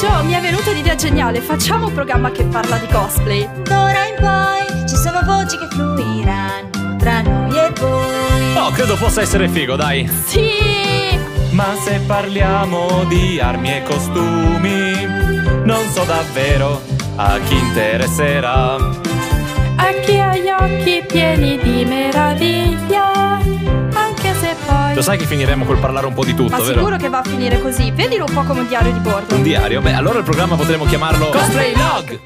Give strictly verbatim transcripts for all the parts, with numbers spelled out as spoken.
Gio, mi è venuta un'idea geniale. Facciamo un programma che parla di cosplay. D'ora in poi ci sono voci che fluiranno tra noi e voi. Oh, credo possa essere figo, dai. Sì! Ma se parliamo di armi e costumi, non so davvero a chi interesserà. A chi ha gli occhi pieni di meraviglia, anche se poi... Lo sai che finiremo col parlare un po' di tutto, Ma vero? sicuro che va a finire così. Vedilo un po' come un diario di bordo. Un diario? Beh, allora il programma potremmo chiamarlo Cosplay Log.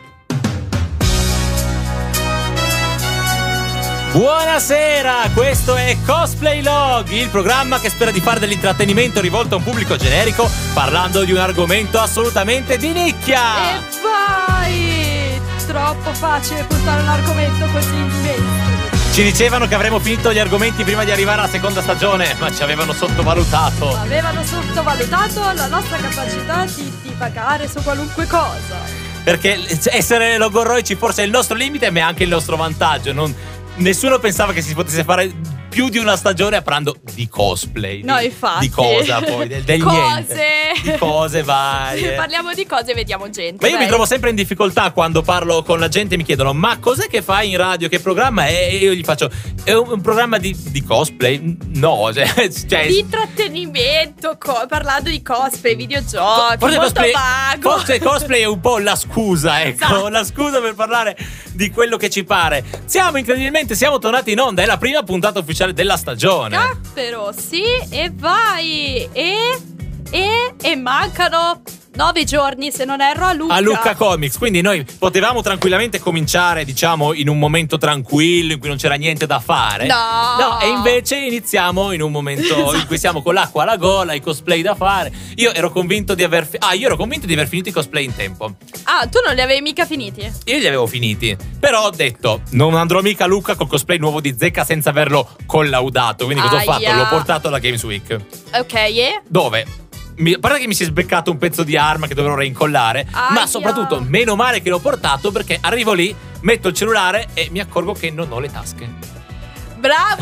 Buonasera, questo è Cosplay Log, il programma che spera di fare dell'intrattenimento rivolto a un pubblico generico, parlando di un argomento assolutamente di nicchia. E vai! Troppo facile puntare un argomento così immenso. Ci dicevano che avremmo finito gli argomenti prima di arrivare alla seconda stagione, ma ci avevano sottovalutato. Avevano sottovalutato la nostra capacità di divagare su qualunque cosa. Perché essere logorroici forse è il nostro limite, ma è anche il nostro vantaggio. Non, nessuno pensava che si potesse fare più di una stagione parlando di cosplay. No, di, infatti. Di cosa poi? Del, del cose. niente. Di cose varie. Parliamo di cose e vediamo gente. Ma io dai. mi trovo sempre in difficoltà quando parlo con la gente e mi chiedono: ma cos'è che fai in radio? Che programma è? E io gli faccio: è un, un programma di, di cosplay? No, cioè, cioè di intrattenimento, co- parlando di cosplay, videogiochi, forse molto cosplay, vago. forse cosplay è un po' la scusa, ecco, Esatto. La scusa per parlare di quello che ci pare. Siamo incredibilmente, siamo tornati in onda, è la prima puntata ufficiale della stagione. Caspero, sì, e vai. E E E mancano nove giorni, se non erro, a Lucca. A Lucca Comics, quindi noi potevamo tranquillamente cominciare, diciamo, in un momento tranquillo in cui non c'era niente da fare. No. No, e invece iniziamo in un momento in cui siamo con l'acqua alla gola, i cosplay da fare. Io ero convinto di aver fi- Ah, io ero convinto di aver finito i cosplay in tempo. Ah, tu non li avevi mica finiti? Io li avevo finiti, però ho detto non andrò mica a Lucca col cosplay nuovo di Zecca senza averlo collaudato. Quindi cosa ho Aia. fatto? L'ho portato alla Games Week. Ok, e? Dove? Mi, a parte che mi si è sbeccato un pezzo di arma che dovrò reincollare, Aia. ma soprattutto meno male che l'ho portato, perché arrivo lì, metto il cellulare e mi accorgo che non ho le tasche. Bravo!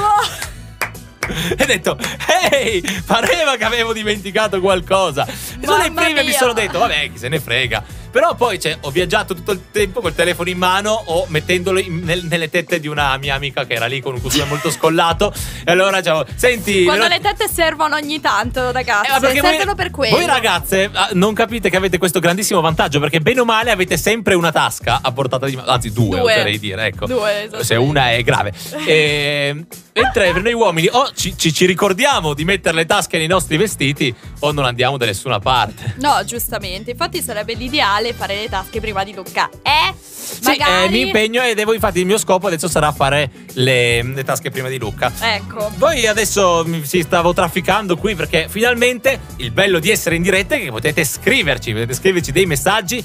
E ho detto: ehi, pareva che avevo dimenticato qualcosa. E sono le Mamma prime mi mia. sono detto: vabbè, chi se ne frega. Però poi cioè, ho viaggiato tutto il tempo col telefono in mano o mettendolo in- nel- nelle tette di una mia amica che era lì con un costume molto scollato. E allora diciamo: senti, Quando ve lo- le tette servono ogni tanto, ragazzi. Eh, ma perché servono voi, per quello. Voi ragazze ah, non capite che avete questo grandissimo vantaggio, perché bene o male avete sempre una tasca a portata di mano. Anzi due, Due. oserei dire, ecco. Due, esattamente. Se una è grave. E, mentre per noi uomini o ci, ci, ci ricordiamo di mettere le tasche nei nostri vestiti o non andiamo da nessuna parte. No, giustamente. Infatti sarebbe l'ideale fare le tasche prima di Lucca. Eh? Sì, Magari. eh, mi impegno e devo, infatti il mio scopo adesso sarà fare le, le tasche prima di Lucca. Ecco. Poi adesso mi si stavo trafficando qui perché finalmente il bello di essere in diretta è che potete scriverci, potete scriverci dei messaggi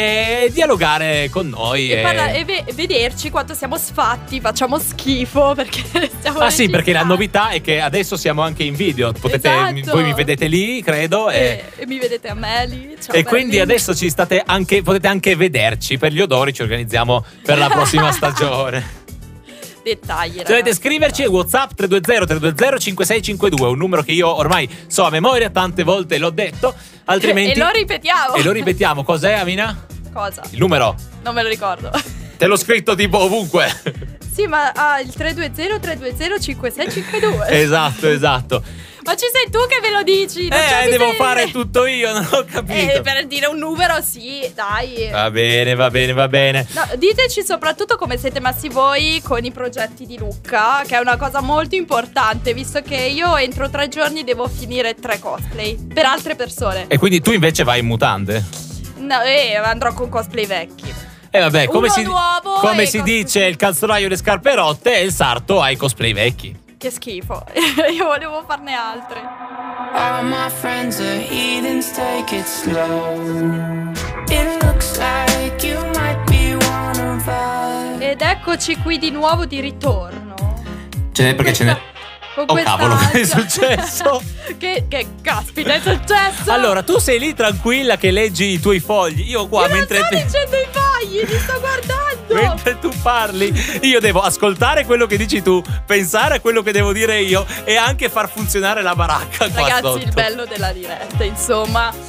e dialogare con noi. E, e- parla- e ve- vederci quanto siamo sfatti, facciamo schifo perché stiamo Ah sì, perché la registrando. novità è che adesso siamo anche in video. Potete, Esatto. voi mi vedete lì, credo. E, E, e mi vedete a me lì. Ciao, e quindi belli. adesso ci state anche, potete anche vederci. Per gli odori ci organizziamo per la prossima stagione. Dettagli, Se volete ragazzi. scriverci, WhatsApp tre due zero tre due zero cinque sei cinque due, un numero che io ormai so a memoria, tante volte l'ho detto, altrimenti... E lo ripetiamo. E lo ripetiamo, cos'è, Amina? Cosa? Il numero? Non me lo ricordo. Te l'ho scritto tipo ovunque. Sì, ma ah, il tre due zero tre due zero cinque sei cinque due. Esatto, esatto. Ma ci sei tu che ve lo dici? Non c'è Eh, devo bisogno- fare tutto io, non ho capito. Eh, per dire un numero, sì, dai. Va bene, va bene, va bene. No, diteci soprattutto come siete messi voi con i progetti di Lucca, che è una cosa molto importante, visto che io entro tre giorni devo finire tre cosplay per altre persone. E quindi tu invece vai in mutande? No, eh, andrò con cosplay vecchi. E vabbè, come, Uno si, nuovo come e si cosplay- dice, il calzolaio e le scarpe rotte e il sarto ai cosplay vecchi. Che schifo. Io volevo farne altre. All my friends are heathens, take it slow. It looks like you might be one of us. Ed eccoci qui di nuovo di ritorno. Ce n'è perché ce n'è. Con Oh, questa- cavolo, che è successo? che, che caspita è successo? Allora, tu sei lì tranquilla che leggi i tuoi fogli. Io qua Io mentre non sto te- dicendo i fogli, ti sto guardando. mentre tu parli, io devo ascoltare quello che dici tu, pensare a quello che devo dire io e anche far funzionare la baracca qua Ragazzi, sotto. il bello della diretta, insomma.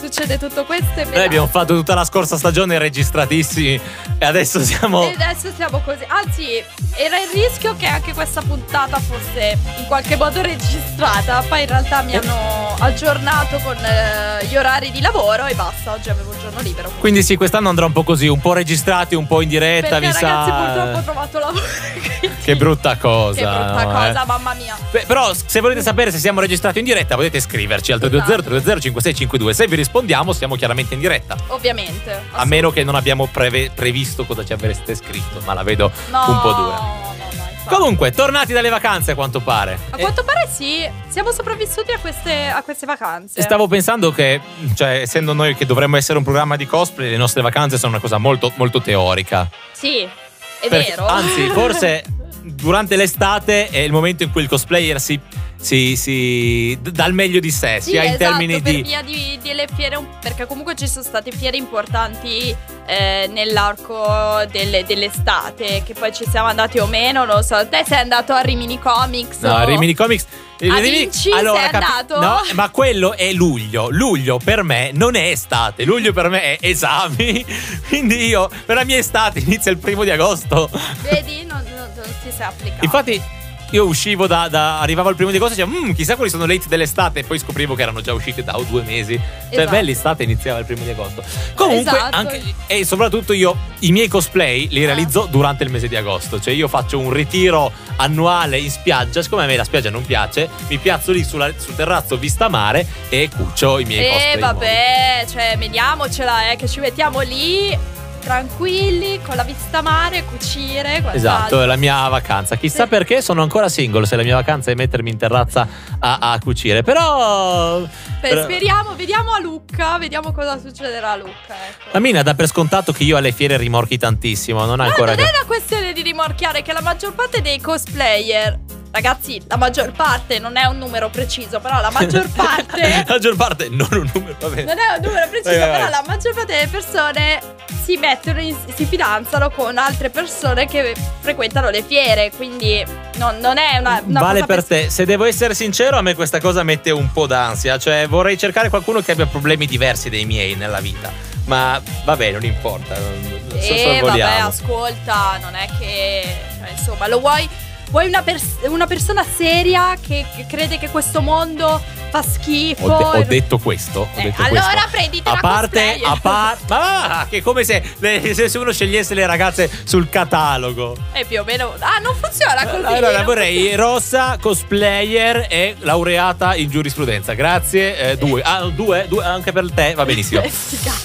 succede tutto questo e Noi abbiamo fatto tutta la scorsa stagione registratissimi e adesso siamo... E adesso siamo così. Anzi, era il rischio che anche questa puntata fosse in qualche modo registrata. Poi in realtà mi hanno aggiornato con eh, gli orari di lavoro e basta. Oggi avevo il giorno libero. Quindi, Quindi sì, quest'anno andrà un po' così, un po' registrati, un po' in diretta, perché mi ragazzi sa... purtroppo ho trovato lavoro. quindi- Che brutta cosa. Che brutta no, cosa, eh. mamma mia. Beh, però se volete sapere se siamo registrati in diretta potete scriverci al tre due zero tre due zero cinque sei cinque due. Se vi rispondiamo siamo chiaramente in diretta. Ovviamente. A meno che non abbiamo preve- previsto cosa ci avreste scritto, ma la vedo No, un po' dura. no, no, infatti. Comunque, tornati dalle vacanze a quanto pare. A E- quanto pare sì, siamo sopravvissuti a queste, a queste vacanze. E stavo pensando che, cioè, essendo noi che dovremmo essere un programma di cosplay, le nostre vacanze sono una cosa molto, molto teorica. Sì, è Perché- vero. Anzi, forse durante l'estate è il momento in cui il cosplayer si, si, si d- dà il meglio di sé, Sì, sia in esatto, termini per di... via di, delle fiere, un- perché comunque ci sono state fiere importanti eh, nell'arco delle- dell'estate, che poi ci siamo andati o meno, non lo so. Te sei andato a Rimini Comics? No, o- Rimini Comics. A Vinci sei andato? No, ma quello è luglio. Luglio per me non è estate. Luglio per me è esami. Quindi io, per la mia estate, inizia il primo di agosto. Vedi, non, non, non ti sei applicato. Infatti, io uscivo da, da- arrivavo al primo di agosto e dicevo, "Mm, chissà quali sono le hit dell'estate", e poi scoprivo che erano già uscite da due mesi. Cioè, Esatto. beh, l'estate iniziava il primo di agosto. Comunque, Esatto. anche, e soprattutto io i miei cosplay li realizzo durante il mese di agosto. Cioè, io faccio un ritiro annuale in spiaggia. Siccome a me la spiaggia non piace, mi piazzo lì sulla- sul terrazzo vista mare e cuccio i miei cosplay. Eh vabbè, cioè mediamocela, eh, che ci mettiamo lì tranquilli con la vista mare, cucire. Esatto, è quant'altro. la mia vacanza. Chissà Sì. perché sono ancora single, se la mia vacanza è mettermi in terrazza a, a cucire. Però... Beh, però- speriamo, vediamo a Lucca, vediamo cosa succederà a Lucca. Ecco. La Mina dà per scontato che io alle fiere rimorchi tantissimo. Non ha Ma ancora... non è una questione di rimorchiare, che la maggior parte dei cosplayer, ragazzi, la maggior parte non è un numero preciso, però la maggior parte La maggior parte, non un numero, va bene. non è un numero preciso, Vai, vai, però vai. la maggior parte delle persone si mettono in- si fidanzano con altre persone che frequentano le fiere, quindi non, non è una, una Vale cosa per te. Se devo essere sincero, a me questa cosa mette un po' d'ansia. Cioè, vorrei cercare qualcuno che abbia problemi diversi dai miei nella vita. Ma vabbè, non importa. Non so se Eh vabbè, vogliamo. ascolta, non è che, cioè, insomma, lo vuoi vuoi una, pers- una persona seria che, che crede che questo mondo fa schifo. Ho, de- ho detto questo. Ho Eh, detto allora questo. prenditi a una parte, cosplayer. a parte, ma va, che è come se, le- se uno scegliesse le ragazze sul catalogo. E più o meno. Ah, non funziona così. Allora non vorrei Rossa, cosplayer e laureata in giurisprudenza. Grazie. eh, due. Ah, due, due anche per te, va benissimo. Sti cazzi.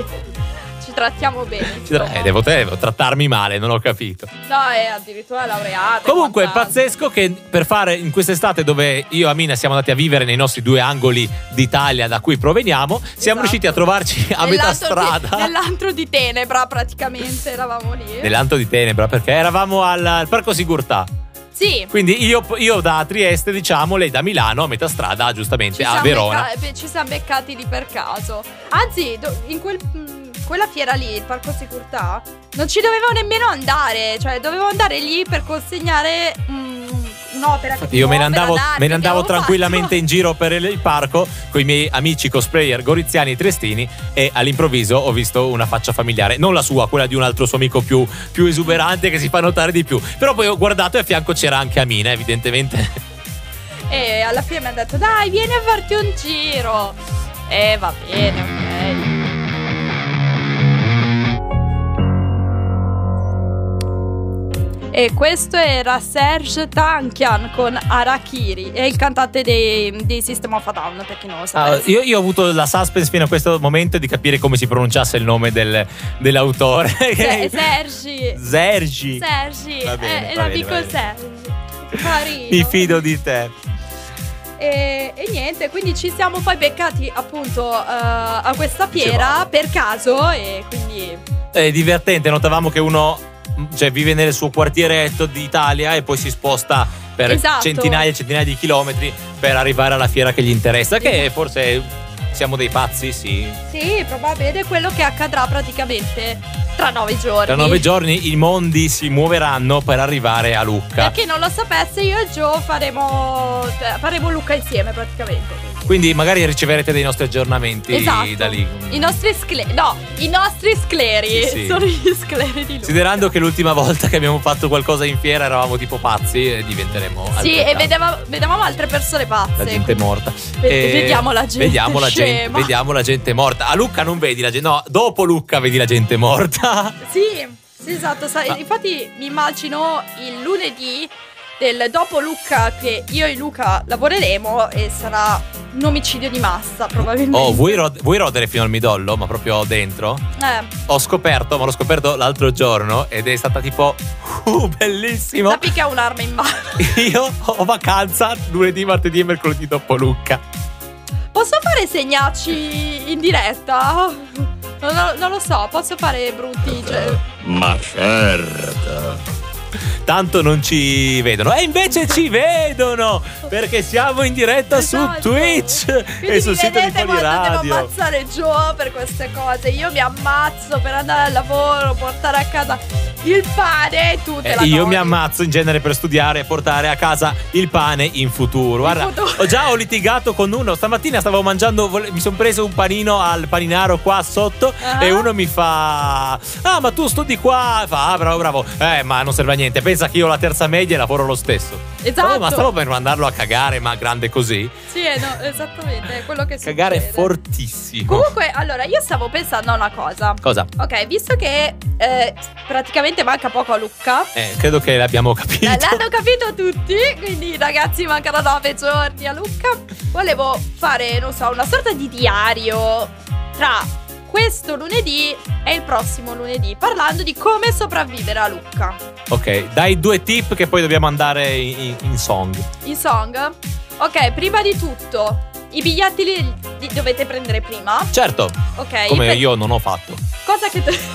Ci trattiamo bene. Ci tra- insomma. eh, devo, devo trattarmi male, non ho capito. No, è addirittura laureata. Comunque è quant'altro. pazzesco che per fare in quest'estate dove io e Amina siamo andati a vivere nei nostri due angoli d'Italia da cui proveniamo, siamo Esatto. riusciti a trovarci a metà Nell'antro di- strada. nell'antro di Tenebra, praticamente eravamo lì. Nell'Anto di Tenebra, perché eravamo al, al Parco Sigurtà. Sì. Quindi io, io da Trieste, diciamo, lei da Milano a metà strada, giustamente, Ci a siamo Verona. becca- beh, ci siamo beccati lì per caso. Anzi, do- in quel, mh, quella fiera lì, il Parco Sicurtà, non ci dovevo nemmeno andare. Cioè, dovevo andare lì per consegnare mh, un'opera. Che Io me ne un'opera andavo, d'arte me ne che andavo avevo tranquillamente fatto. in giro per il, il parco con i miei amici cosplayer goriziani e triestini e all'improvviso ho visto una faccia familiare, non la sua, quella di un altro suo amico più, più esuberante che si fa notare di più. Però poi ho guardato e a fianco c'era anche Amina, evidentemente. E alla fine mi ha detto: dai, vieni a farti un giro. E va bene, ok. E questo era Serge Tankian con Harakiri, è il cantante dei, dei System of a Down, per chi non lo Ah, sapesse. io, io ho avuto la suspense fino a questo momento di capire come si pronunciasse il nome del- dell'autore. Se- Sergi. Sergi. Sergi. Va bene, eh, va la bene, dico va bene. Sergi. Carino. Mi fido di te. E, e niente, quindi ci siamo poi beccati appunto eh, a questa fiera per caso e quindi È divertente, notavamo che uno cioè, vive nel suo quartieretto d'Italia e poi si sposta per Esatto. centinaia e centinaia di chilometri per arrivare alla fiera che gli interessa, che forse siamo dei pazzi, sì. sì, probabile ed è quello che accadrà praticamente tra nove giorni. Tra nove giorni i mondi si muoveranno per arrivare a Lucca. Per chi non lo sapesse, io e Gio faremo, cioè, faremo Lucca insieme praticamente. Quindi. Quindi magari riceverete dei nostri aggiornamenti Esatto. da lì. I nostri scleri. No, i nostri scleri. Sì, sì. Sono gli scleri di Luca. Considerando che l'ultima volta che abbiamo fatto qualcosa in fiera eravamo tipo pazzi, e diventeremo Sì, e altrettanto. vedeva- vedevamo altre persone pazze. La gente morta. Ve- E vediamo la gente Vediamo la gente, scema. vediamo la gente morta. A Lucca non vedi la gente. No, dopo Lucca vedi la gente morta. Sì, sì, esatto. Sa- Ma- Infatti mi immagino il lunedì del dopo Lucca che io e Luca lavoreremo e sarà un omicidio di massa probabilmente. Oh, vuoi, rod- vuoi rodere fino al midollo? Ma proprio dentro? Eh, Ho scoperto, ma l'ho scoperto l'altro giorno ed è stata tipo uh, bellissimo. sappi che ha un'arma in mano. Io ho vacanza lunedì, martedì e mercoledì dopo Lucca. Posso fare segnacci in diretta? Non, non- non lo so, posso fare brutti. Cioè... Ma certo. Tanto non ci vedono. E invece ci vedono! Perché siamo in diretta Esatto. su Twitch Quindi e sul mi sito di vedete Poli quando devo Radio. ammazzare Joe per queste cose. Io mi ammazzo per andare al lavoro, portare a casa il pane e tu te Eh, la io godi. mi ammazzo in genere per studiare e portare a casa il pane in futuro. Guarda, futuro. ho già ho litigato con uno. Stamattina stavo mangiando, vole- mi sono preso un panino al paninaro qua sotto Ah. e uno mi fa: ah, ma tu studi qua? Fa: ah, bravo, bravo. Eh, ma non serve a niente. Pensa che io ho la terza media e lavoro lo stesso. Esatto. Oh, ma stavo per mandarlo a cagare, ma grande così. Sì, eh, no, esattamente, è quello che Cagare succede. fortissimo. Comunque, allora, io stavo pensando a una cosa. Cosa? Ok, visto che eh, praticamente manca poco a Lucca. Eh, credo che l'abbiamo capito. Eh, L'hanno capito tutti, quindi ragazzi mancano nove giorni a Lucca. Volevo fare, non so, una sorta di diario tra questo lunedì e il prossimo lunedì, parlando di come sopravvivere a Lucca. Ok, dai due tip che poi dobbiamo andare in, in song. In song? Ok, prima di tutto, i biglietti li, li dovete prendere prima. Certo, Ok. come per- io non ho fatto. Cosa che... te-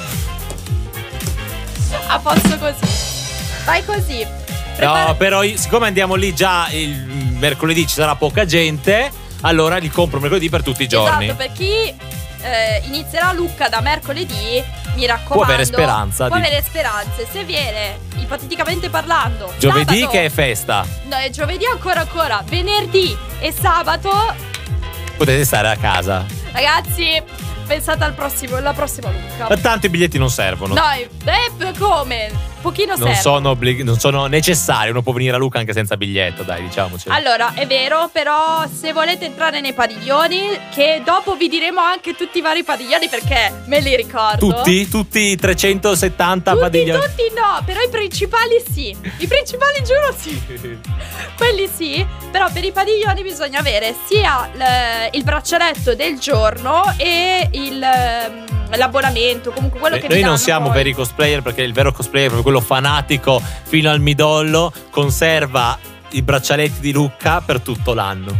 a posto così. Vai così. Prepara- No, però io- siccome andiamo lì già il mercoledì ci sarà poca gente, allora li compro mercoledì per tutti i giorni. Esatto, per chi eh, inizierà Lucca da mercoledì, mi raccomando, Può avere speranza Può di- avere speranze. Se viene, ipoteticamente parlando, Giovedì sabato- che è festa, No, è giovedì ancora ancora. Venerdì e sabato, potete stare a casa. ragazzi, pensate al prossimo, alla prossima Lucca. Ma tanto i biglietti non servono. No, eh, come? Pochino non, serve. sono obblig- non sono necessari. Uno può venire a Lucca anche senza biglietto, dai, diciamoci. Allora, è vero, però se volete entrare nei padiglioni, che dopo vi diremo anche tutti i vari padiglioni perché me li ricordo. Tutti? Tutti i trecentosettanta Tutti, padiglioni? tutti no, però i principali sì. I principali giuro sì. Quelli sì, però per i padiglioni bisogna avere sia l- il braccialetto del giorno e il, ehm, l'abbonamento, comunque quello Eh, che Noi vi non danno siamo poi. veri cosplayer, perché il vero cosplayer è proprio quello fanatico fino al midollo, conserva i braccialetti di Lucca per tutto l'anno.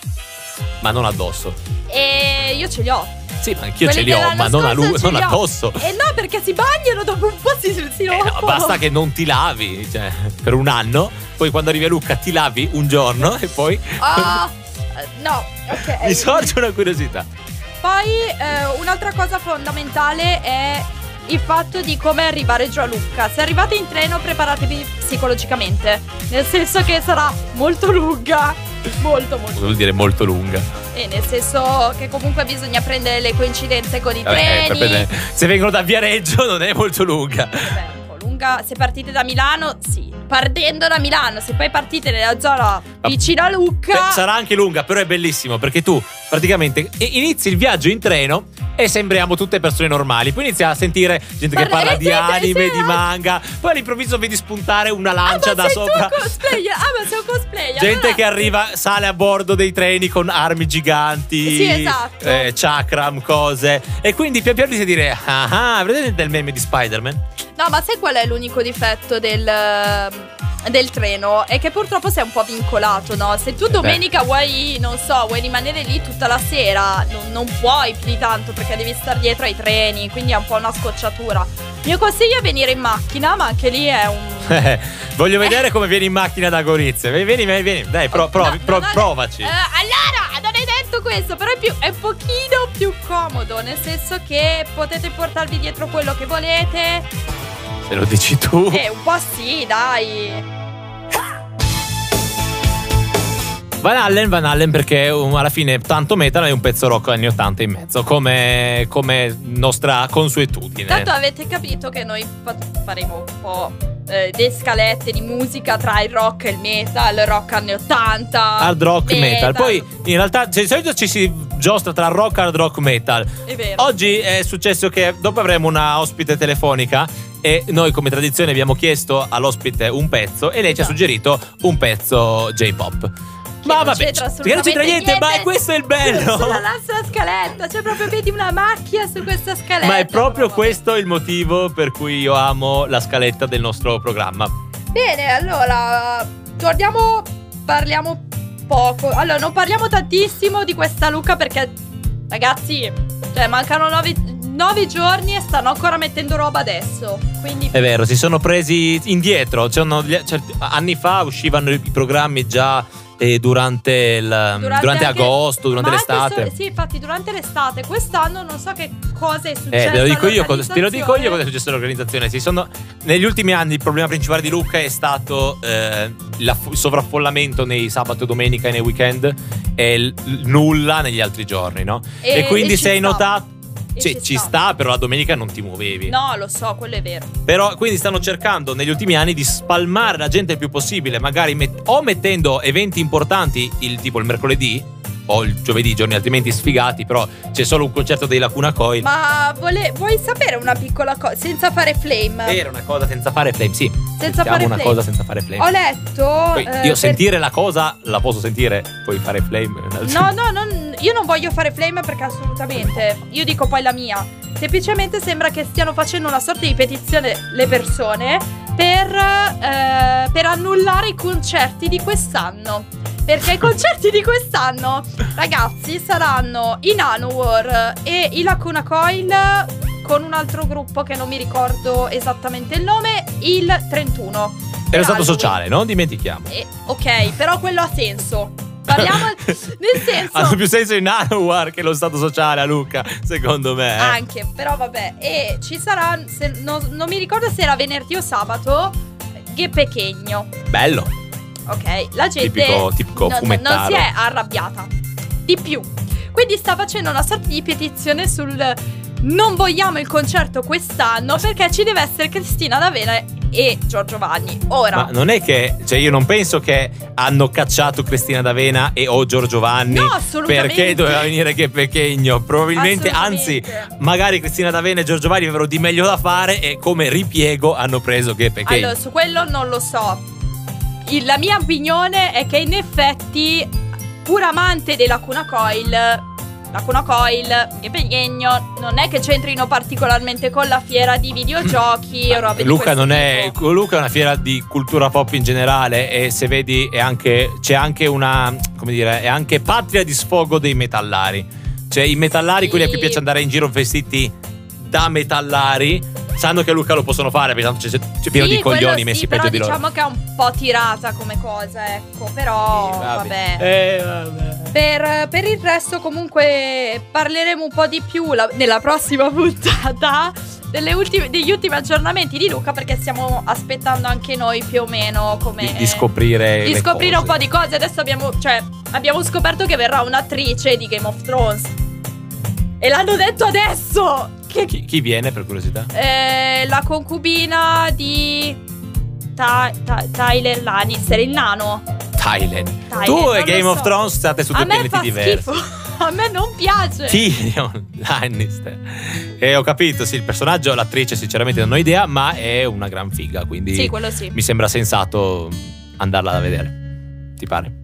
Ma non addosso. E io ce li ho. Sì, ma anch'io Quelli ce li ho, dell'anno ma non, a scorso lu- ce non li ho. addosso. E no, perché si bagnano dopo un po' si, si Eh, no, rompano. basta che non ti lavi, cioè, per un anno. Poi quando arrivi a Lucca ti lavi un giorno e poi Ah, eh, no, ok. mi sorge una curiosità. Poi eh, un'altra cosa fondamentale è il fatto di come arrivare giù a Lucca. Se arrivate in treno, preparatevi psicologicamente, nel senso che sarà molto lunga, molto molto. Vuol dire molto lunga. E nel senso che comunque bisogna prendere le coincidenze con i Vabbè, eh, per- treni. per- se vengono da Viareggio non è molto lunga. Vabbè, un po' lunga. Se partite da Milano, sì. Partendo da Milano, se poi partite nella zona vicino a Lucca, Beh, sarà anche lunga, però è bellissimo perché tu praticamente inizi il viaggio in treno e sembriamo tutte persone normali. Poi inizi a sentire gente che Parla- parla eh, di sì, anime, sì, di sì. manga. Poi all'improvviso vedi spuntare una ah, lancia ma da sei sopra. tu cosplayer. Ah, ma sei un cosplayer. Gente allora- che arriva, sale a bordo dei treni con armi giganti, Sì, esatto. eh, chakram, cose. E quindi pian piano inizi a dire: ah, ah, vedete il meme di Spider-Man? No, ma sai qual è l'unico difetto del, del treno? È che purtroppo sei un po' vincolato, no? Se tu domenica vuoi, non so, vuoi rimanere lì tutta la sera, non, non puoi più di tanto perché devi stare dietro ai treni, quindi è un po' una scocciatura. Il mio consiglio è venire in macchina, ma anche lì è un... Voglio vedere come vieni in macchina da Gorizia. Vieni, vieni, vieni. Dai, pro- provi- No, pro- non è- provaci. Eh, allora, non hai detto questo, però è, più, è un pochino più comodo, nel senso che potete portarvi dietro quello che volete. Se lo dici tu. Eh, un po' sì, dai. Van Halen, Van Halen perché um, alla fine tanto metal e un pezzo rock anni ottanta in mezzo, come, come nostra consuetudine. Tanto avete capito che noi fa- faremo un po' eh, le scalette di musica tra il rock e il metal, rock anni ottanta, hard rock, metal. Poi in realtà cioè, di solito ci si giostra tra rock, hard rock, metal. È vero. Oggi è successo che dopo avremo una ospite telefonica e noi come tradizione abbiamo chiesto all'ospite un pezzo e lei ci ha suggerito un pezzo J-pop. Ma non vabbè, c'entra che non c'entra niente, niente ma questo è il bello. sulla nostra scaletta, c'è proprio, vedi una macchia su questa scaletta. Ma è proprio Però, questo il motivo per cui io amo la scaletta del nostro programma. bene, allora torniamo, parliamo poco. Allora, non parliamo tantissimo di questa Luca perché, ragazzi, cioè mancano nove, nove giorni e stanno ancora mettendo roba adesso. Quindi È vero, si sono presi indietro. C'erano gli- cioè, anni fa uscivano i programmi già eh, durante, il, durante, anche- agosto, durante ma anche l'estate. so- sì, infatti durante l'estate. Quest'anno non so che cosa è successo. Eh, te lo dico io, cosa- te lo dico io cosa è all'organizzazione. successo all'organizzazione. Si sono, negli ultimi anni il problema principale di Lucca è stato eh, la- il sovraffollamento nei sabato e domenica e nei weekend e il- il nulla negli altri giorni, no? E- E, quindi e ci se hai sta. notato. E Sì, ci ci sta. sta, però la domenica non ti muovevi. No, lo so, quello è vero. Però quindi stanno cercando negli ultimi anni di spalmare la gente il più possibile, magari met- o mettendo eventi importanti, il tipo il mercoledì o il giovedì, giorni altrimenti sfigati, però c'è solo un concerto dei Lacuna Coil. Ma vole- vuoi sapere una piccola cosa? Senza fare flame. Era una cosa senza fare flame, sì. Senza Sentiamo fare una flame. cosa senza fare flame. Ho letto. Poi, eh, io per- sentire la cosa la posso sentire, poi fare flame. No, no, non- io non voglio fare flame perché assolutamente. Io dico poi la mia. Semplicemente sembra che stiano facendo una sorta di petizione le persone per, eh, per annullare i concerti di quest'anno. Perché i concerti di quest'anno, ragazzi, saranno i Nanowar e i Lacuna Coil con un altro gruppo che non mi ricordo esattamente il nome, il trentuno. È lo stato Halloween. sociale, non dimentichiamo. Eh, ok, però quello ha senso. Parliamo nel senso. Hanno più senso i Nanowar che lo stato sociale a Lucca, secondo me. eh. Anche, però vabbè. E ci sarà, se- no- non mi ricordo se era venerdì o sabato, Che Pechegno. Bello. Ok, la gente Tipico- tipico no- no- fumettaro. non si è arrabbiata. Di più. Quindi sta facendo una sorta di petizione sul non vogliamo il concerto quest'anno perché ci deve essere Cristina D'Avena e Giorgio Vanni. Ora, Ma non è che, cioè io non penso che hanno cacciato Cristina D'Avena e o Giorgio Vanni No, assolutamente. perché doveva venire Che Pechegno. Probabilmente, anzi, Assolutamente. magari Cristina D'Avena e Giorgio Vanni avevano di meglio da fare e come ripiego hanno preso Che Pechegno. allora, su quello non lo so. Il- la mia opinione è che in effetti, pur amante dei Lacuna Coil, Lacuna Coil e Pechegno non è che c'entrino particolarmente con la fiera di videogiochi o robe di Luca questo non è tipo. Luca è una fiera di cultura pop in generale e se vedi è anche c'è anche una come dire è anche patria di sfogo dei metallari. Cioè i metallari, Sì. quelli a cui piace andare in giro vestiti da metallari, sanno che Luca lo possono fare perché tanto c'è, c'è pieno Sì, di coglioni quello messi sì, peggio però di loro. diciamo che è un po' tirata come cosa, ecco. Però Sì, vabbè. Eh, vabbè. Per, per il resto comunque parleremo un po' di più la- nella prossima puntata delle ultime- degli ultimi aggiornamenti di Luca, perché stiamo aspettando anche noi più o meno come Di, di scoprire di le scoprire un cose. po' di cose. Adesso abbiamo, cioè, abbiamo scoperto che verrà un'attrice di Game of Thrones e l'hanno detto adesso che chi, chi viene per curiosità? eh, la concubina di Ty- Ty- Tyler Lannister, il nano. Thailand. Thailand, Tu non e lo Game so. of Thrones state su A due me pianeti fa diversi. schifo. A me non piace. Tyrion Lannister. E ho capito, sì, il personaggio, l'attrice sinceramente non ho idea, ma è una gran figa, quindi Sì, quello sì. mi sembra sensato andarla a vedere. Ti pare?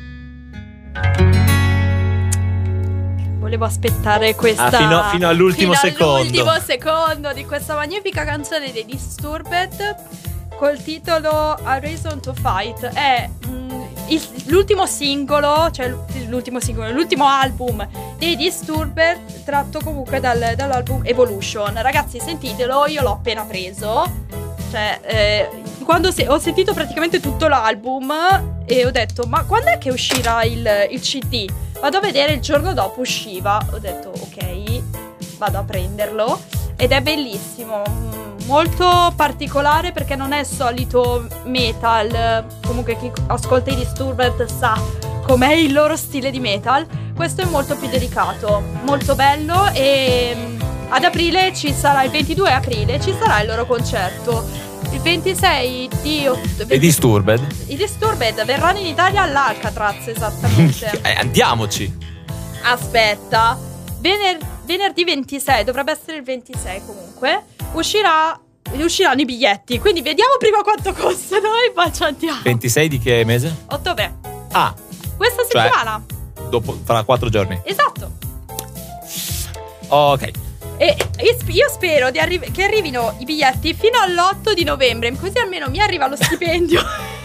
Volevo aspettare questa Ah, fino- fino all'ultimo fino secondo. all'ultimo secondo di questa magnifica canzone dei Disturbed col titolo A Reason to Fight. È mm, il- l'ultimo singolo, cioè l- l'ultimo singolo, l'ultimo album dei Disturbed, tratto comunque dal- dall'album Evolution. Ragazzi, sentitelo, io l'ho appena preso. Cioè, eh, quando se- ho sentito praticamente tutto l'album e ho detto, ma quando è che uscirà il, il C D? Vado a vedere, il giorno dopo usciva. Ho detto, ok, vado a prenderlo. Ed è bellissimo, mm, molto particolare perché non è il solito metal. Comunque chi ascolta i Disturbed sa com'è il loro stile di metal. Questo è molto più delicato, molto bello, e mm, ad aprile ci sarà, il ventidue aprile ci sarà il loro concerto. Il ventisei di ottobre E Disturbed? i Disturbed verranno in Italia all'Alcatraz, esattamente. Eh, andiamoci. Aspetta, Vener- venerdì ventisei, dovrebbe essere il ventisei comunque, uscirà, usciranno i biglietti, quindi vediamo prima quanto costano e poi ci andiamo. ventisei di che mese? Ottobre, Ah, questa Cioè- settimana. dopo, fra quattro giorni. Esatto. Ok. E io sp- io spero di arri- che arrivino i biglietti fino all'otto di novembre, così almeno mi arriva lo stipendio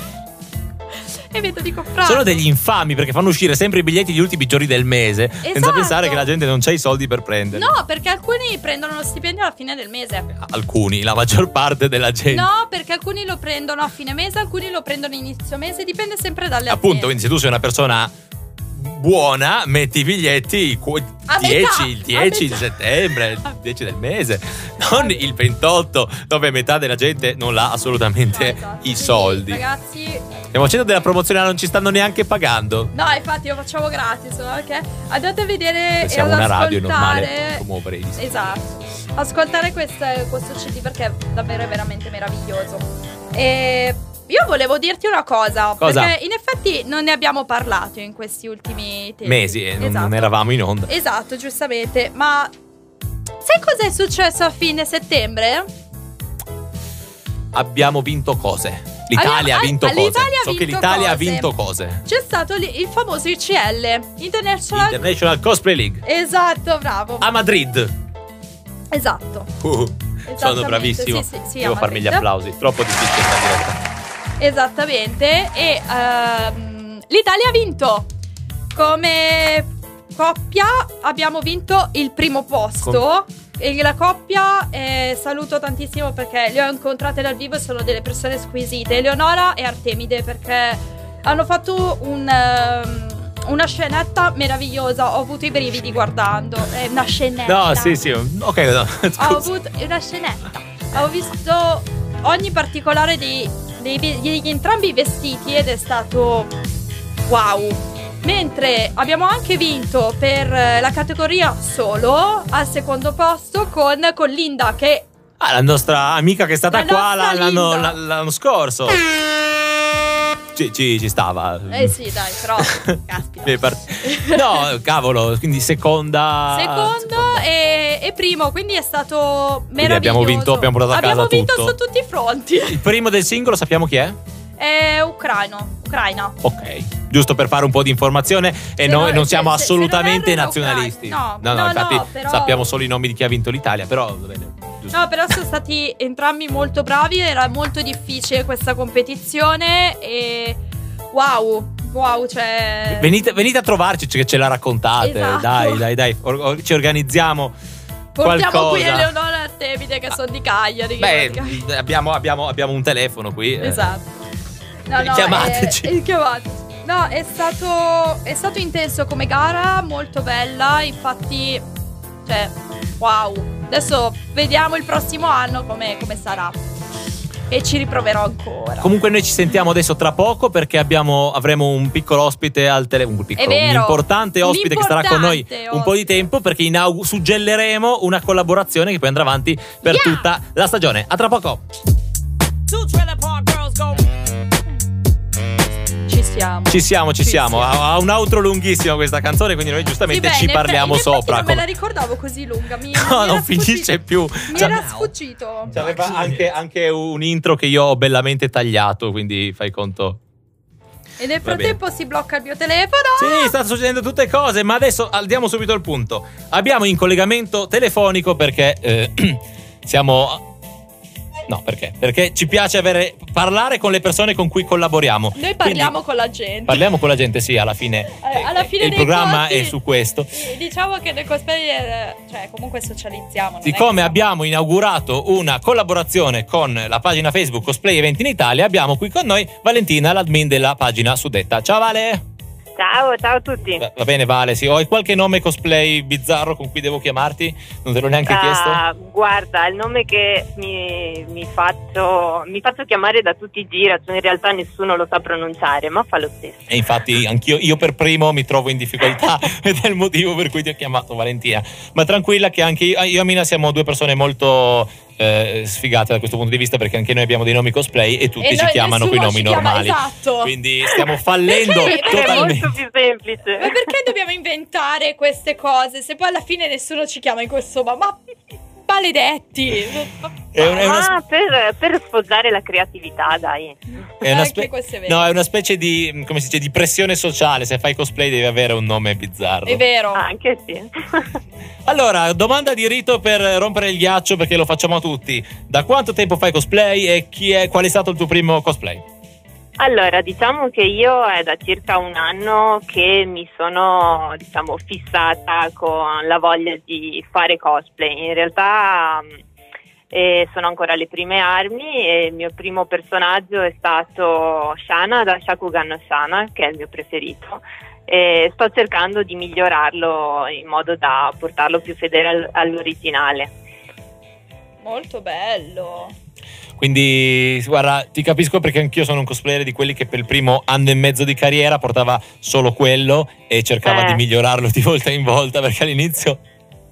e vedo di comprare. Sono degli infami perché fanno uscire sempre i biglietti gli ultimi giorni del mese, senza Esatto. pensare che la gente non c'ha i soldi per prendere. No, perché alcuni prendono lo stipendio alla fine del mese. Alcuni, la maggior parte della gente. No, perché alcuni lo prendono a fine mese, alcuni lo prendono inizio mese, dipende sempre dalle Appunto, aziende. quindi se tu sei una persona buona, metti i biglietti qu- A dieci, metà, il dieci a di metà. settembre, il dieci del mese, non il ventotto, dove metà della gente non ha assolutamente No, esatto. i Quindi, soldi. ragazzi, Stiamo facendo della promozione, non ci stanno neanche pagando. no, infatti lo facciamo gratis, perché andate a vedere e Siamo ad una radio, è normale ascoltare. promuovere i dischi. Esatto. Ascoltare queste- questo C D perché è davvero veramente meraviglioso. E io volevo dirti una cosa, Cosa? perché in effetti non ne abbiamo parlato in questi ultimi tempi. Mesi e non, Esatto. non eravamo in onda. Esatto, giustamente. Ma sai cos'è successo a fine settembre? Abbiamo vinto cose. L'Italia Abbiamo- ha vinto ah, cose. l'Italia ha So che vinto l'Italia ha cose. vinto cose. C'è stato lì il famoso I C L, International. International Cosplay League Esatto, bravo. a Madrid. Esatto. Uh, sono Esattamente, bravissimo. sì, sì, sì, Devo a farmi gli Madrid. applausi. Troppo difficile la diretta. Esattamente. E ehm, l'Italia ha vinto. Come coppia abbiamo vinto il primo posto. E la coppia eh, saluto tantissimo perché le ho incontrate dal vivo e sono delle persone squisite, Eleonora e Artemide, perché hanno fatto un, ehm, una scenetta meravigliosa. Ho avuto i brividi guardando. È una scenetta. No, sì, sì. Ok, no. Ho Scusa. avuto una scenetta. Ho visto ogni particolare dei, dei, degli entrambi i vestiti ed è stato wow. Mentre abbiamo anche vinto per la categoria solo al secondo posto con, con Linda, che Ah, la nostra amica che è stata La qua nostra l'anno, Linda. l'anno scorso. Ci, ci, ci stava. eh sì dai però caspita. Mi par- No, cavolo, quindi seconda. Secondo e, e primo, quindi è stato meraviglioso. abbiamo vinto, abbiamo portato a casa Abbiamo vinto tutto. su tutti i fronti. Il primo del singolo sappiamo chi è? È ucraino, Ucraina. Ok, giusto per fare un po' di informazione. E Se noi no- non se- siamo se- se assolutamente non erro era nazionalisti. ucraino. no, No, no, infatti no, però- sappiamo solo i nomi di chi ha vinto l'Italia. Però va bene, giusto. No, però sono stati entrambi molto bravi. Era molto difficile questa competizione. E wow, wow, cioè. Venite, venite a trovarci che ce la raccontate. Esatto. Dai, dai, dai. Or- or- ci organizziamo. Portiamo qualcosa. qui Eleonora e Artemide che sono di Cagliari. che Beh, praticamente- abbiamo, abbiamo, abbiamo un telefono qui. eh. Esatto. No, no, Chiamateci. è- è- chiamateci. No, è stato, è stato intenso come gara, molto bella. Infatti, cioè, wow. Adesso vediamo il prossimo anno come, come sarà. E ci riproverò ancora. Comunque noi ci sentiamo adesso tra poco perché abbiamo, avremo un piccolo ospite al telefono, un piccolo, È vero, un importante ospite un che starà con noi importante un po' di tempo perché inaug- suggelleremo una collaborazione che poi andrà avanti per Yeah! tutta la stagione. A tra poco. Ci siamo. Ci siamo, ci, Ci siamo. siamo. Ha, ha un outro lunghissimo questa canzone, quindi noi giustamente Sì, beh, ci in effe- parliamo in effetti sopra. Non me la Come- ricordavo così lunga. Mi, mi No, era non finisce sfuggito. più. Mi Cioè- era sfuggito. C'aveva anche, anche un intro che io ho bellamente tagliato, quindi fai conto. E nel Va frattempo si blocca il mio telefono. Sì, stanno succedendo tutte cose, ma adesso andiamo subito al punto. Abbiamo in collegamento telefonico perché eh, siamo... No, perché? Perché ci piace avere, parlare con le persone con cui collaboriamo. Noi parliamo Quindi con la gente. parliamo con la gente, sì, alla fine. Eh, alla fine eh, il dei programma conti- è su questo. Sì, diciamo che nel cosplayer, cioè comunque socializziamo. non è Siccome che- abbiamo inaugurato una collaborazione con la pagina Facebook Cosplay Eventi in Italia, abbiamo qui con noi Valentina, l'admin della pagina suddetta. Ciao Vale! Ciao, ciao a tutti. Va, va bene, Vale, sì. Hai qualche nome cosplay bizzarro con cui devo chiamarti? Non te l'ho neanche Ah, chiesto? guarda, il nome che mi, mi faccio mi faccio chiamare da tutti i gira, cioè in realtà nessuno lo sa pronunciare, ma fa lo stesso. E infatti anch'io, io per primo mi trovo in difficoltà ed è il motivo per cui ti ho chiamato Valentina. Ma tranquilla che anche io, io e Amina siamo due persone molto eh, sfigate da questo punto di vista, perché anche noi abbiamo dei nomi cosplay e tutti E ci noi- chiamano coi nessuno nomi ci chiama- normali. esatto. Quindi stiamo fallendo Perché? È totalmente. molto più semplice. Ma perché dobbiamo inventare queste cose se poi alla fine nessuno ci chiama in questo modo? Ma maledetti! È, un- è una, Ah, per, per sfoggiare la creatività, dai. è una Anche spe- questo è vero. no, è una specie di, come si dice, di pressione sociale. Se fai cosplay devi avere un nome bizzarro. È vero. Anche sì. Allora, domanda di rito per rompere il ghiaccio, perché lo facciamo a tutti. Da quanto tempo fai cosplay e chi è, qual è stato il tuo primo cosplay? Allora, diciamo che io è da circa un anno che mi sono, diciamo, fissata con la voglia di fare cosplay. In realtà mh, eh, sono ancora alle prime armi e il mio primo personaggio è stato Shana da Shakugan no Shana, che è il mio preferito. E sto cercando di migliorarlo in modo da portarlo più fedele al- all'originale. Molto bello. Quindi, guarda, ti capisco, perché anch'io sono un cosplayer di quelli che per il primo anno e mezzo di carriera portava solo quello e cercava Eh. di migliorarlo di volta in volta, perché all'inizio...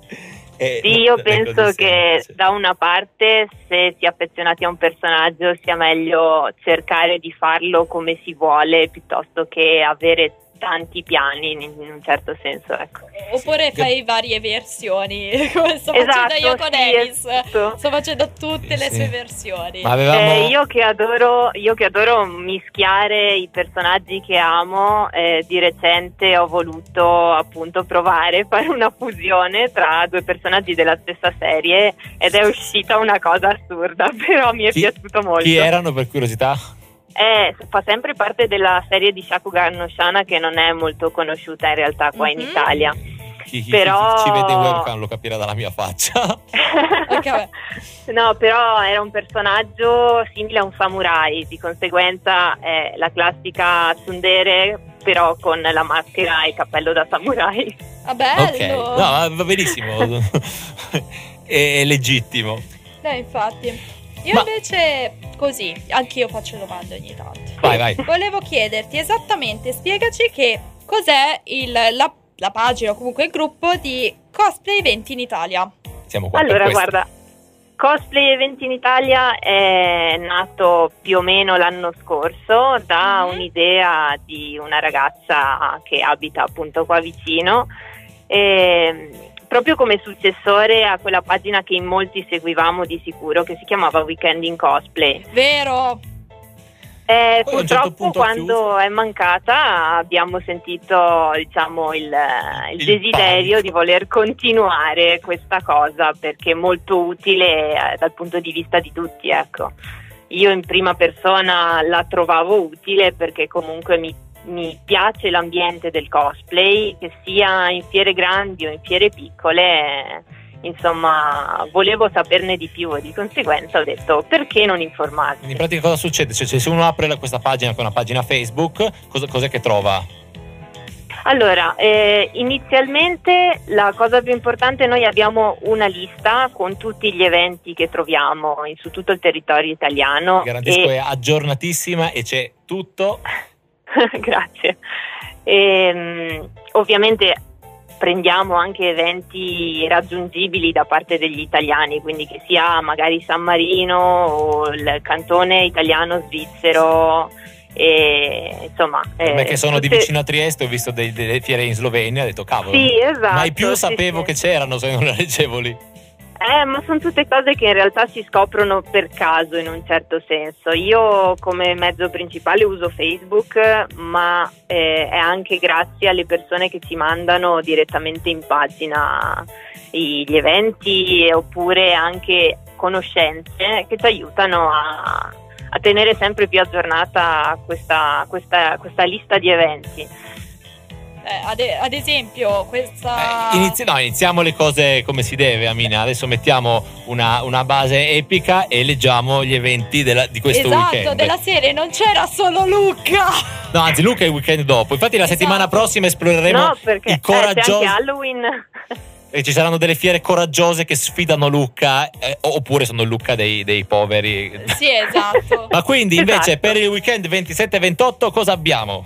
eh, Sì, io non è penso così che semplice. da una parte, se si è affezionati a un personaggio, sia meglio cercare di farlo come si vuole piuttosto che avere tanti piani in in un certo senso, ecco. Oppure fai varie versioni, come sto Esatto, facendo io con sì, Elis. esatto. Sto facendo tutte Sì, le sì. sue versioni. Ma avevamo... Eh, io che adoro, io che adoro mischiare i personaggi che amo, eh, di recente ho voluto appunto provare a fare una fusione tra due personaggi della stessa serie ed è uscita una cosa assurda, però mi è Chi- piaciuto molto. Chi erano, per curiosità? Eh, fa sempre parte della serie di Shakugan no Shana, che non è molto conosciuta in realtà qua in Mhm. Italia. Chi, chi- Però- chi ci vede in webcam lo capirà dalla mia faccia. Ok, vabbè. No, però era un personaggio simile a un samurai, di conseguenza è la classica tsundere, però con la maschera e il cappello da samurai. Ah, bello. Ok, no, va va benissimo. È legittimo. Dai, infatti. Io Ma- invece così, anch'io faccio domande ogni tanto. Vai, vai. Volevo chiederti esattamente, spiegaci che cos'è il, la, la pagina o comunque il gruppo di Cosplay Eventi in Italia. Siamo qua per Allora, questo. guarda, Cosplay Eventi in Italia è nato più o meno l'anno scorso da Mhm. un'idea di una ragazza che abita appunto qua vicino, e, proprio come successore a quella pagina che in molti seguivamo di sicuro, che si chiamava Weekend in Cosplay. Vero? Eh, Poi a un certo purtroppo punto ha quando chiuso. è mancata abbiamo sentito, diciamo, il, il Il desiderio panico. di voler continuare questa cosa, perché è molto utile eh, dal punto di vista di tutti, ecco. Io in prima persona la trovavo utile perché comunque mi, mi piace l'ambiente del cosplay, che sia in fiere grandi o in fiere piccole. eh, Insomma, volevo saperne di più e di conseguenza ho detto perché non informarsi. Quindi in pratica cosa succede? Cioè, se uno apre la- questa pagina, che è una pagina Facebook, cosa, cos'è che trova? Allora, eh, inizialmente la cosa più importante, noi abbiamo una lista con tutti gli eventi che troviamo in- su tutto il territorio italiano. Garantisco e- è aggiornatissima e c'è tutto. Grazie. Ehm, ovviamente prendiamo anche eventi raggiungibili da parte degli italiani, quindi che sia magari San Marino o il cantone italiano svizzero, e insomma Per me eh, che sono di tutte- vicino a Trieste, ho visto dei- delle fiere in Slovenia, ho detto cavolo. Sì, esatto, Mai più sì, sapevo sì. che c'erano, se non le leggevo lì. Eh, ma sono tutte cose che in realtà si scoprono per caso in un certo senso. Io come mezzo principale uso Facebook, ma eh, è anche grazie alle persone che ci mandano direttamente in pagina i- gli eventi, oppure anche conoscenze che ci aiutano a, a tenere sempre più aggiornata questa, questa, questa lista di eventi. Eh, ad, ad esempio, questa. Eh, inizi- no, iniziamo le cose come si deve, Amina. Adesso mettiamo una, una base epica e leggiamo gli eventi della- di questo esatto, weekend. della serie non c'era solo Luca. No, anzi, Lucca è il weekend dopo. Infatti, la Esatto. settimana prossima esploreremo No, perché i eh, c'è coraggiosi. anche Halloween. E ci saranno delle fiere coraggiose che sfidano Lucca, eh, oppure sono Lucca dei, dei poveri. Sì, esatto. Ma quindi invece Esatto. per il weekend ventisette ventotto cosa abbiamo?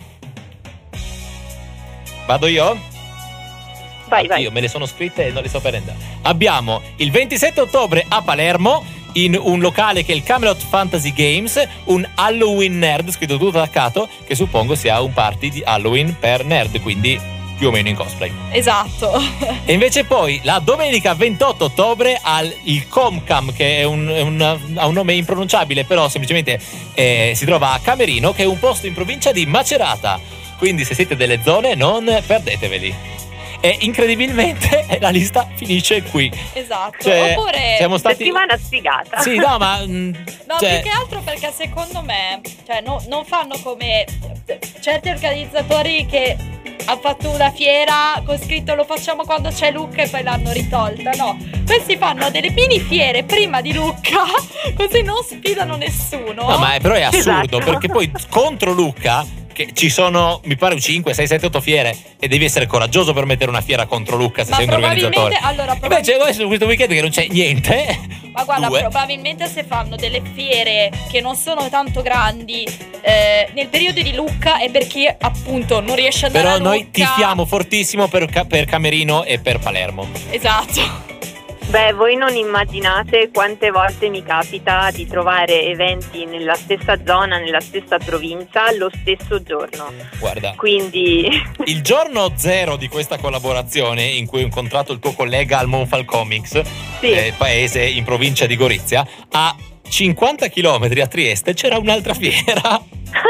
Vado io? Vai, vai. Io me le sono scritte e non le so prendere. Abbiamo il ventisette ottobre a Palermo, in un locale che è il Camelot Fantasy Games, un Halloween nerd, scritto tutto attaccato, che suppongo sia un party di Halloween per nerd, quindi più o meno in cosplay. Esatto. E invece poi la domenica ventotto ottobre al il Comcam, che è un, è un, ha un nome impronunciabile, però semplicemente eh, si trova a Camerino, che è un posto in provincia di Macerata. Quindi se siete delle zone non perdeteveli. E incredibilmente la lista finisce qui. Esatto. Cioè, Oppure siamo stati... Settimana sfigata. Sì, no, ma... mh, No, cioè, più che altro perché secondo me, cioè, no- non fanno come certi organizzatori che hanno fatto una fiera con scritto lo facciamo quando c'è Lucca e poi l'hanno ritolta. No, questi fanno delle mini fiere prima di Lucca, così non sfidano nessuno. no, ma è, però è assurdo, Esatto. perché poi contro Lucca, che ci sono, mi pare, cinque, sei, sette, otto fiere, e devi essere coraggioso per mettere una fiera contro Lucca se Ma sei un organizzatore. probabilmente, allora, probabil- Invece adesso questo weekend che non c'è niente. ma guarda, due. probabilmente se fanno delle fiere che non sono tanto grandi eh, nel periodo di Lucca è perché appunto non riesce ad andare Però a noi Lucca. tifiamo fortissimo per, Ca- per Camerino e per Palermo. Esatto. Beh, voi non immaginate quante volte mi capita di trovare eventi nella stessa zona, nella stessa provincia, lo stesso giorno. Guarda, Quindi il giorno zero di questa collaborazione, in cui ho incontrato il tuo collega al Monfalcomics, sì. eh, paese in provincia di Gorizia, a cinquanta chilometri a Trieste c'era un'altra fiera.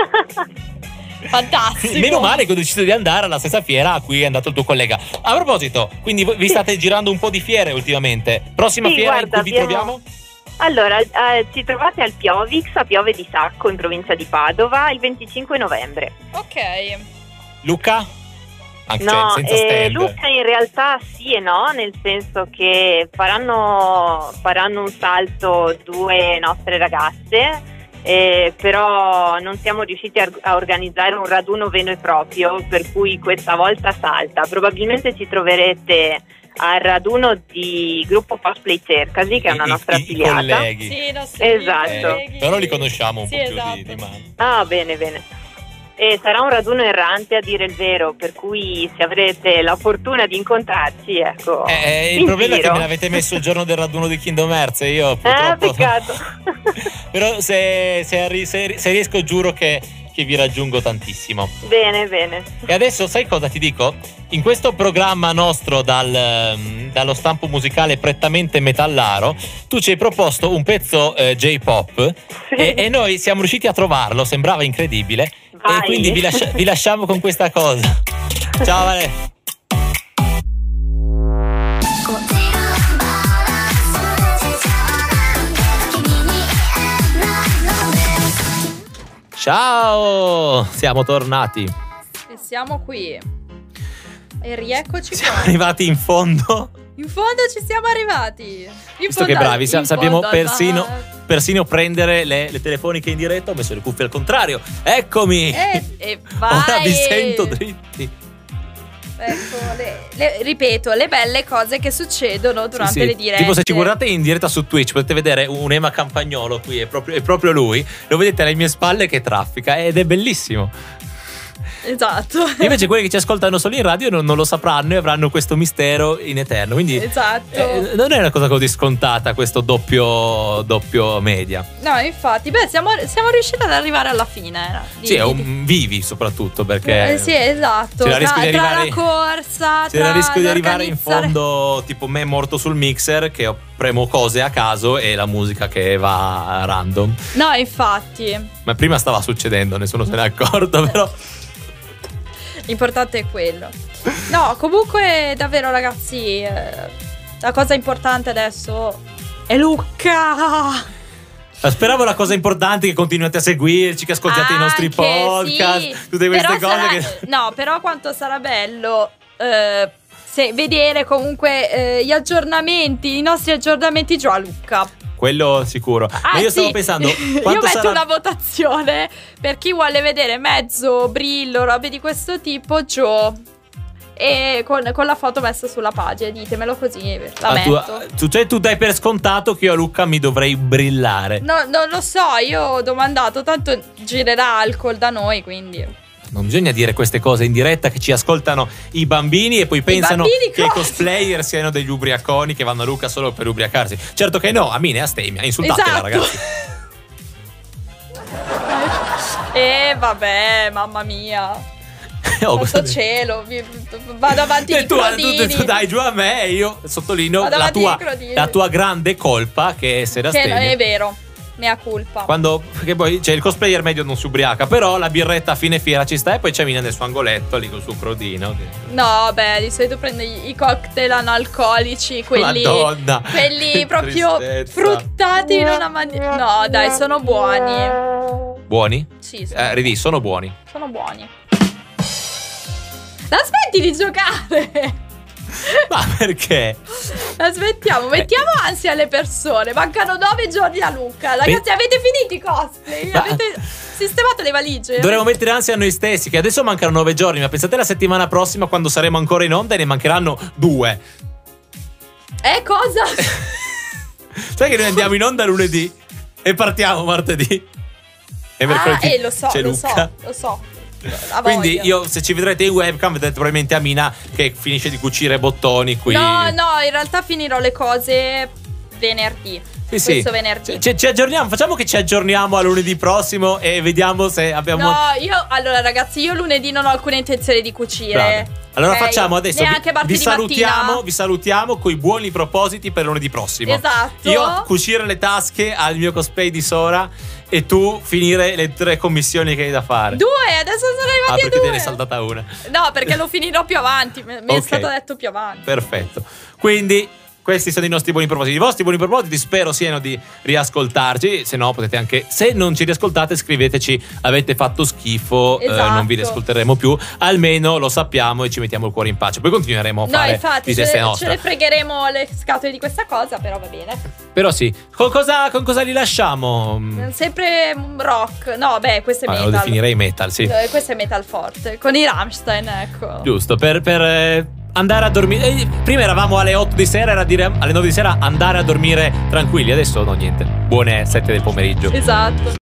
Fantastico. Meno male che ho deciso di andare alla stessa fiera a cui è andato il tuo collega. A proposito, quindi voi- vi state girando un po' di fiere ultimamente. Prossima Sì, fiera guarda, in cui vi abbiamo- troviamo? Allora, eh, ci trovate al Piovix, a Piove di Sacco, in provincia di Padova, il venticinque novembre. Ok. Luca? Anche No, cioè, senza eh, stand. Lucca in realtà sì e no, nel senso che faranno, faranno un salto due nostre ragazze, eh, però non siamo riusciti a, a organizzare un raduno vero e proprio, per cui questa volta salta. Probabilmente ci troverete al raduno di gruppo Cosplay Cercasi, che è una I- nostra i- i affiliata. colleghi. Sì, i nostri Esatto. colleghi. Eh, però li conosciamo un Sì, po' più esatto. di, di mano. Ah, bene, bene. E sarà un raduno errante, a dire il vero, per cui se avrete la fortuna di incontrarci, ecco. Eh, il in problema è che giro. me l'avete messo il giorno del raduno di Kingdom Hearts e io Ah, purtroppo... peccato. Però se, se, arri- se- se riesco giuro che, che vi raggiungo tantissimo. Bene, bene. E adesso sai cosa ti dico? In questo programma nostro dal, ehm, dallo stampo musicale prettamente metallaro, tu ci hai proposto un pezzo eh, J-pop Sì. e, e noi siamo riusciti a trovarlo, sembrava incredibile. Vai. E quindi vi, lascia- vi lasciamo con questa cosa. Ciao Vale. Ciao, siamo tornati. E siamo qui. E rieccoci Siamo qua. arrivati in fondo. In fondo ci siamo arrivati. In Visto fondo che al- bravi, sa- in sappiamo fondo al persino, bar. persino prendere le, le telefoniche in diretta. Ho messo le cuffie al contrario. Eccomi. E, e vai. Ora vi sento dritti. Ecco, le- le- ripeto, le belle cose che succedono durante Sì, sì. le dirette. Tipo se ci guardate in diretta su Twitch potete vedere un Ema Campagnolo qui, è proprio, è proprio lui. Lo vedete alle mie spalle che traffica ed è bellissimo. Esatto. Invece quelli che ci ascoltano solo in radio non, non lo sapranno e avranno questo mistero in eterno. Quindi Esatto. eh, non è una cosa così scontata questo doppio, doppio media. No, infatti, beh, siamo, siamo riusciti ad arrivare alla fine. eh, di- Sì, è di- un vivi soprattutto perché Eh, sì, esatto. c'era il Tra, rischio di tra arrivare- la corsa, c'era il tra rischio di arrivare in l'organizzare- fondo tipo me morto sul mixer che premo cose a caso e la musica che va a random. No, infatti. Ma prima stava succedendo, nessuno se n'è accorto, però L'importante è quello. No, comunque, davvero, ragazzi, eh, la cosa importante adesso è Lucca. speravo la cosa importante che continuate a seguirci, che ascoltiate i nostri Anche, podcast, sì. tutte queste Però cose sarà- che... No, però quanto sarà bello eh, se vedere comunque eh, gli aggiornamenti, i nostri aggiornamenti giù a Lucca. quello sicuro. Ah, Ma io sì. stavo pensando Io quanto metto sarà... una votazione per chi vuole vedere mezzo brillo, robe di questo tipo, Joe. E con, con la foto messa sulla pagina, ditemelo così, la Ah, tu, metto. tu, cioè, tu dai per scontato che io a Lucca mi dovrei brillare. No, non lo so, io ho domandato, tanto girerà alcol da noi, quindi... Non bisogna dire queste cose in diretta, che ci ascoltano i bambini e poi pensano bambini che i cosa? cosplayer siano degli ubriaconi che vanno a Lucca solo per ubriacarsi. Certo che no, Amine, astemia, insultatela, Esatto. ragazzi. E vabbè, mamma mia. Oh, Santo cielo, vi- vado avanti E di tu, tu, crodini. tu dai giù a me e io sottolineo Vado la avanti tua, di crodini. la tua grande colpa che è essere Che non astemia. è vero, mea culpa. Quando, perché poi cioè, il cosplayer medio non si ubriaca, però la birretta a fine fiera ci sta e poi c'è Mina nel suo angoletto lì col suo crodino. che- No, beh, di solito prendo i i cocktail analcolici, quelli, Madonna, quelli che proprio tristezza. fruttati in una maniera. No, dai, sono buoni. Buoni? Sì, sono, Eh, Ridì, sono buoni. sono buoni. La smetti di giocare. Ma perché? La smettiamo, mettiamo ansia alle persone. Mancano nove giorni a Lucca. Ragazzi, Beh- avete finito i cosplay? Ma- Avete sistemato le valigie? Dovremmo mettere ansia a noi stessi, che adesso mancano nove giorni, ma pensate la settimana prossima quando saremo ancora in onda e ne mancheranno due. Eh, cosa? Sai che noi andiamo in onda lunedì e partiamo martedì e mercoledì. Ah, eh, lo so, c'è lo Lucca. so, lo so. A Quindi voglia. io, se ci vedrete in webcam, vedete probabilmente Amina che finisce di cucire bottoni qui. No, no, in realtà finirò le cose venerdì. Sì, sì. Questo venerdì. Ci, ci aggiorniamo, facciamo che ci aggiorniamo a lunedì prossimo e vediamo se abbiamo. No, io allora ragazzi, io lunedì non ho alcuna intenzione di cucire. Brave. Allora ok? facciamo adesso. Neanche Vi, martedì vi salutiamo, mattina. vi salutiamo con i buoni propositi per lunedì prossimo. Esatto. Io cucire le tasche al mio cosplay di Sora e tu finire le tre commissioni che hai da fare. Due, adesso sono Ah, arrivati a perché te due. ne è saltata una. No, perché lo finirò più avanti. Mi mi è Ok. stato detto più avanti. Perfetto. Quindi questi sono i nostri buoni propositi. I vostri buoni propositi spero siano di riascoltarci. Se no potete anche, se non ci riascoltate, scriveteci avete fatto schifo, eh, Esatto. non vi riascolteremo più. Almeno lo sappiamo e ci mettiamo il cuore in pace. Poi continueremo a No, fare infatti, di ce, testa ce nostra. ne fregheremo le scatole di questa cosa, però va bene. Però sì, con cosa, con cosa li lasciamo? Sempre rock. No, beh, questo è Ah, lo metal. definirei metal, sì. Eh, Questo è metal forte. Con i Rammstein, ecco. Giusto, per, per eh, andare a dormire. eh, Prima eravamo alle otto di sera, era dire alle nove di sera andare a dormire tranquilli. Adesso no, niente. Buone sette del pomeriggio. Esatto.